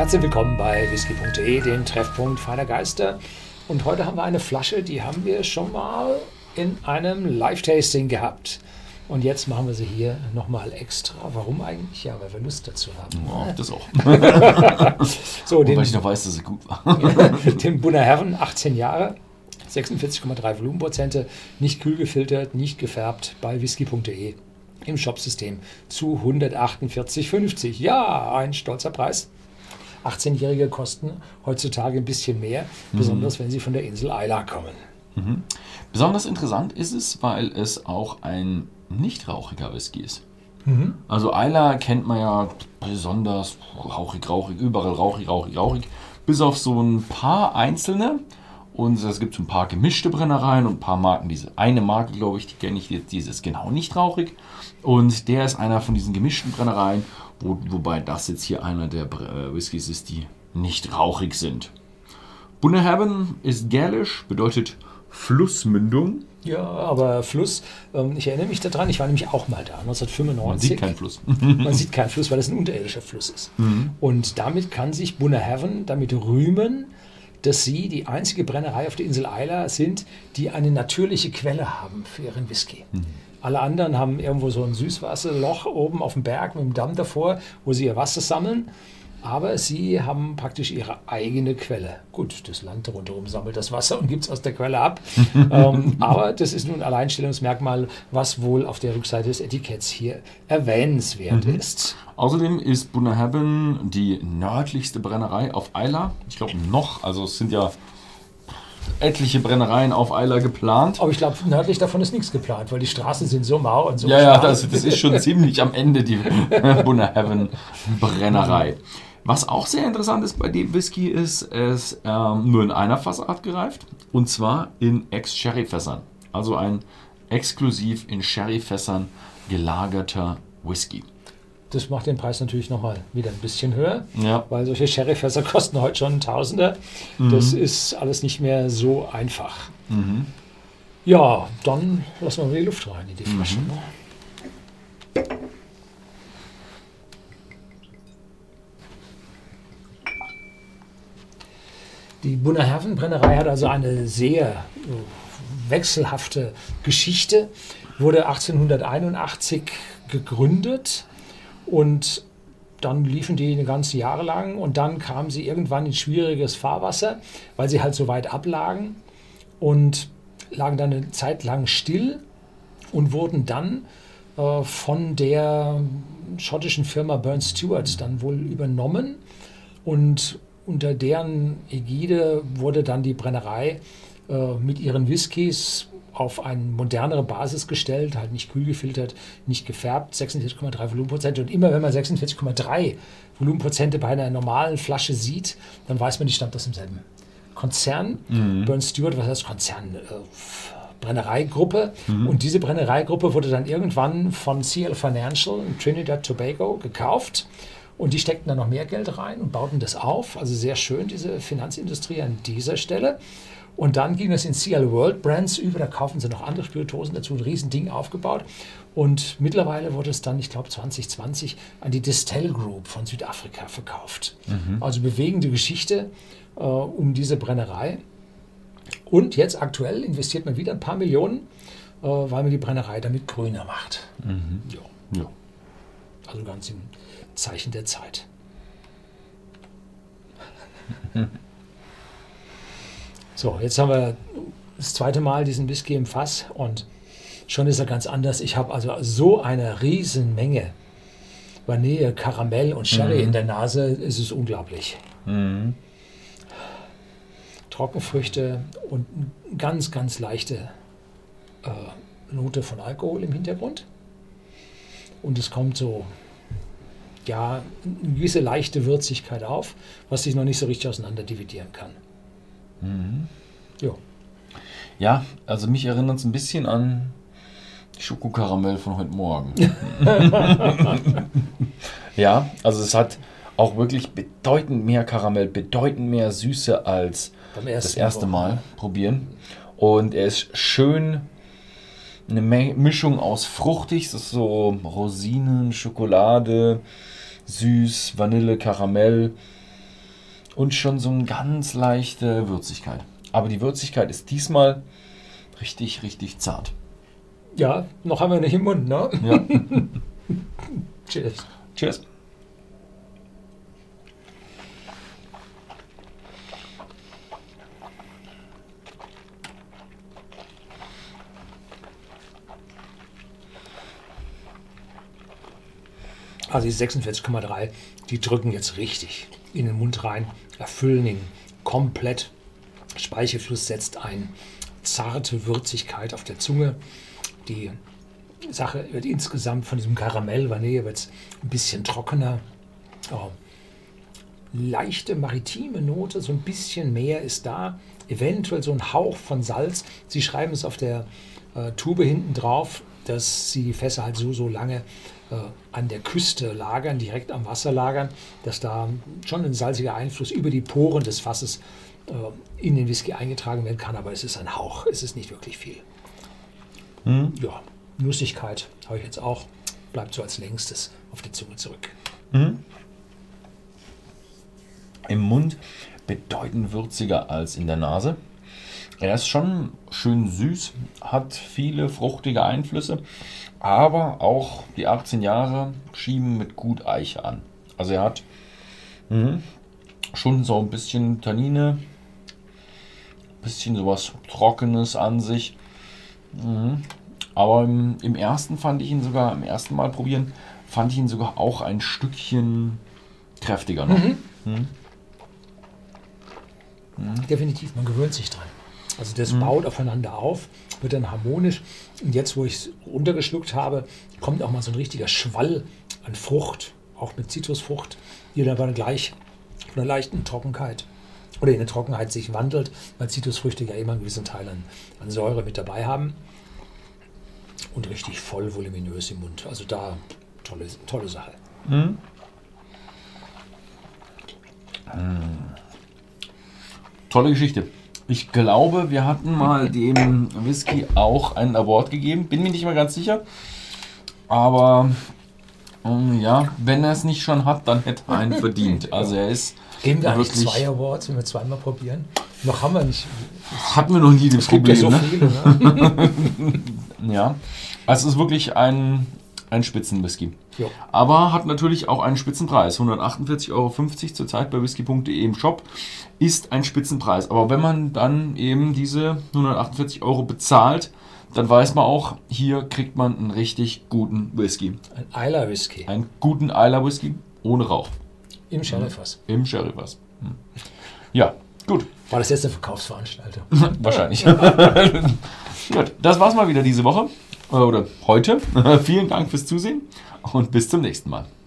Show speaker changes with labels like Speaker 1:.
Speaker 1: Herzlich willkommen bei whisky.de, dem Treffpunkt feiner Geister. Und heute haben wir eine Flasche, die haben wir schon mal in einem Live-Tasting gehabt. Und jetzt machen wir sie hier nochmal extra. Warum eigentlich? Ja, weil wir Lust dazu haben.
Speaker 2: Ja, das auch.
Speaker 1: So,
Speaker 2: weil ich noch weiß, dass sie gut war.
Speaker 1: Den Bunner Heaven, 18 Jahre, 46,3 Volumenprozente, nicht kühl gefiltert, nicht gefärbt, bei whisky.de im Shopsystem zu 148,50. Ja, ein stolzer Preis. 18-Jährige kosten heutzutage ein bisschen mehr, besonders wenn sie von der Insel Islay kommen.
Speaker 2: Mhm. Besonders interessant ist es, weil es auch ein nicht rauchiger Whisky ist.
Speaker 1: Mhm.
Speaker 2: Also Islay kennt man ja besonders rauchig, überall rauchig, bis auf so ein paar einzelne. Und es gibt so ein paar gemischte Brennereien und ein paar Marken. Diese eine Marke, glaube ich, die kenne ich jetzt, die ist genau nicht rauchig. Und der ist einer von diesen gemischten Brennereien, wobei das jetzt hier einer der Whiskys ist, die nicht rauchig sind. Bunner Heaven ist gälisch, bedeutet Flussmündung.
Speaker 1: Ja, aber Fluss, ich erinnere mich daran, ich war nämlich auch mal da, 1995.
Speaker 2: Man sieht keinen Fluss.
Speaker 1: Man sieht keinen Fluss, weil es ein unterirdischer Fluss ist. Und damit kann sich Bunner Heaven damit rühmen, dass sie die einzige Brennerei auf der Insel Islay sind, die eine natürliche Quelle haben für ihren Whisky. Alle anderen haben irgendwo so ein Süßwasserloch oben auf dem Berg mit dem Damm davor, wo sie ihr Wasser sammeln. Aber sie haben praktisch ihre eigene Quelle. Gut, das Land rundherum sammelt das Wasser und gibt es aus der Quelle ab. Aber das ist nun ein Alleinstellungsmerkmal, was wohl auf der Rückseite des Etiketts hier erwähnenswert ist.
Speaker 2: Außerdem ist Bunner Heaven die nördlichste Brennerei auf Islay. Ich glaube noch, also es sind ja etliche Brennereien auf Islay geplant.
Speaker 1: Aber ich glaube, nördlich davon ist nichts geplant, weil die Straßen sind so mau und so.
Speaker 2: Ja, das ist schon ziemlich am Ende die Bunner Heaven Brennerei. Was auch sehr interessant ist bei dem Whisky ist, es nur in einer Fassart gereift, und zwar in Ex-Sherry-Fässern. Also ein exklusiv in Sherry-Fässern gelagerter Whisky.
Speaker 1: Das macht den Preis natürlich nochmal wieder ein bisschen höher,
Speaker 2: Ja.
Speaker 1: weil solche Sherry-Fässer kosten heute schon Tausender. Das ist alles nicht mehr so einfach. Ja, dann lassen wir mal die Luft rein in die Flasche. Die Bunner Heaven Brennerei hat also eine sehr wechselhafte Geschichte, wurde 1881 gegründet und dann liefen die eine ganze Jahre lang und dann kamen sie irgendwann in schwieriges Fahrwasser, weil sie halt so weit ablagen und lagen dann eine Zeit lang still und wurden dann von der schottischen Firma Burn Stewart dann wohl übernommen, und unter deren Ägide wurde dann die Brennerei mit ihren Whiskys auf eine modernere Basis gestellt, halt nicht kühl gefiltert, nicht gefärbt, 46,3 Volumenprozente. Und immer wenn man 46,3 Volumenprozente bei einer normalen Flasche sieht, dann weiß man, die stammt aus demselben Konzern. Burn Stewart, was heißt Konzern? Brennereigruppe. Und diese Brennereigruppe wurde dann irgendwann von CL Financial in Trinidad Tobago gekauft. Und die steckten dann noch mehr Geld rein und bauten das auf. Also sehr schön, diese Finanzindustrie an dieser Stelle. Und dann ging es in CL World Brands über, da kaufen sie noch andere Spirituosen dazu, ein Riesending aufgebaut. Und mittlerweile wurde es dann, ich glaube 2020, an die Distell Group von Südafrika verkauft. Also bewegende Geschichte um diese Brennerei. Und jetzt aktuell investiert man wieder ein paar Millionen, weil man die Brennerei damit grüner macht.
Speaker 2: Ja.
Speaker 1: Also ganz im Zeichen der Zeit. So, jetzt haben wir das zweite Mal diesen Whisky im Fass und schon ist er ganz anders. Ich habe also so eine riesen Menge Vanille, Karamell und Sherry in der Nase, es ist unglaublich. Trockenfrüchte und eine ganz, ganz leichte Note von Alkohol im Hintergrund. Und es kommt so, ja, eine gewisse leichte Würzigkeit auf, was sich noch nicht so richtig auseinander dividieren kann. Jo.
Speaker 2: Ja, also mich erinnert es ein bisschen an Schokokaramell von heute Morgen. Ja, also es hat auch wirklich bedeutend mehr Karamell, bedeutend mehr Süße als das erste Mal probieren. Und er ist schön eine Mischung aus fruchtig, das ist so Rosinen, Schokolade, süß, Vanille, Karamell. und schon so eine ganz leichte Würzigkeit. Aber die Würzigkeit ist diesmal richtig, richtig zart.
Speaker 1: Ja, noch haben wir nicht im Mund, ne?
Speaker 2: Ja.
Speaker 1: Cheers.
Speaker 2: Cheers.
Speaker 1: Also die 46,3, die drücken jetzt richtig in den Mund rein, erfüllen ihn komplett. Speichelfluss setzt ein, zarte Würzigkeit auf der Zunge. Die Sache wird insgesamt von diesem Karamell, Vanille wird ein bisschen trockener. Oh. Leichte maritime Note, so ein bisschen mehr ist da. Eventuell so ein Hauch von Salz. Sie schreiben es auf der Tube hinten drauf, dass sie die Fässer halt so lange an der Küste lagern, direkt am Wasser lagern, dass da schon ein salziger Einfluss über die Poren des Fasses in den Whisky eingetragen werden kann, aber es ist ein Hauch, es ist nicht wirklich viel. Ja, Nussigkeit habe ich jetzt auch, bleibt so als längstes auf die Zunge zurück.
Speaker 2: Im Mund bedeutend würziger als in der Nase. Er ist schon schön süß, hat viele fruchtige Einflüsse, aber auch die 18 Jahre schieben mit gut Eiche an. Also er hat schon so ein bisschen Tannine, ein bisschen sowas Trockenes an sich. Aber im ersten fand ich ihn sogar, im ersten Mal probieren, fand ich ihn sogar auch ein Stückchen kräftiger noch.
Speaker 1: Definitiv, man gewöhnt sich dran. Also das baut aufeinander auf, wird dann harmonisch. Und jetzt, wo ich es runtergeschluckt habe, kommt auch mal so ein richtiger Schwall an Frucht, auch mit Zitrusfrucht, die dann aber gleich von einer leichten Trockenheit oder in der Trockenheit sich wandelt, weil Zitrusfrüchte ja immer einen gewissen Teil an Säure mit dabei haben. Und richtig voll voluminös im Mund. Also da tolle Sache.
Speaker 2: Tolle Geschichte. Ich glaube, wir hatten mal dem Whisky auch einen Award gegeben. Bin mir nicht mal ganz sicher. Aber ja, wenn er es nicht schon hat, dann hätte er einen verdient. Also er ist
Speaker 1: Geben wir eigentlich 2 Awards, wenn wir zweimal probieren? Noch haben wir nicht.
Speaker 2: Hatten wir noch nie das Problem.
Speaker 1: Es gibt ja so viele, ne?
Speaker 2: Ja, also es ist wirklich ein Spitzenwhisky.
Speaker 1: Jo.
Speaker 2: Aber hat natürlich auch einen Spitzenpreis. 148,50 € zurzeit bei whisky.de im Shop ist ein Spitzenpreis. Aber wenn man dann eben diese 148 € bezahlt, dann weiß man auch, hier kriegt man einen richtig guten Whisky.
Speaker 1: Ein Islay Whisky.
Speaker 2: Einen guten Islay Whisky ohne Rauch.
Speaker 1: Im Sherryfass.
Speaker 2: Im Sherryfass. Ja, gut.
Speaker 1: War das jetzt eine Verkaufsveranstaltung?
Speaker 2: Wahrscheinlich. Gut, das war's mal wieder diese Woche. Oder heute. Vielen Dank fürs Zusehen und bis zum nächsten Mal.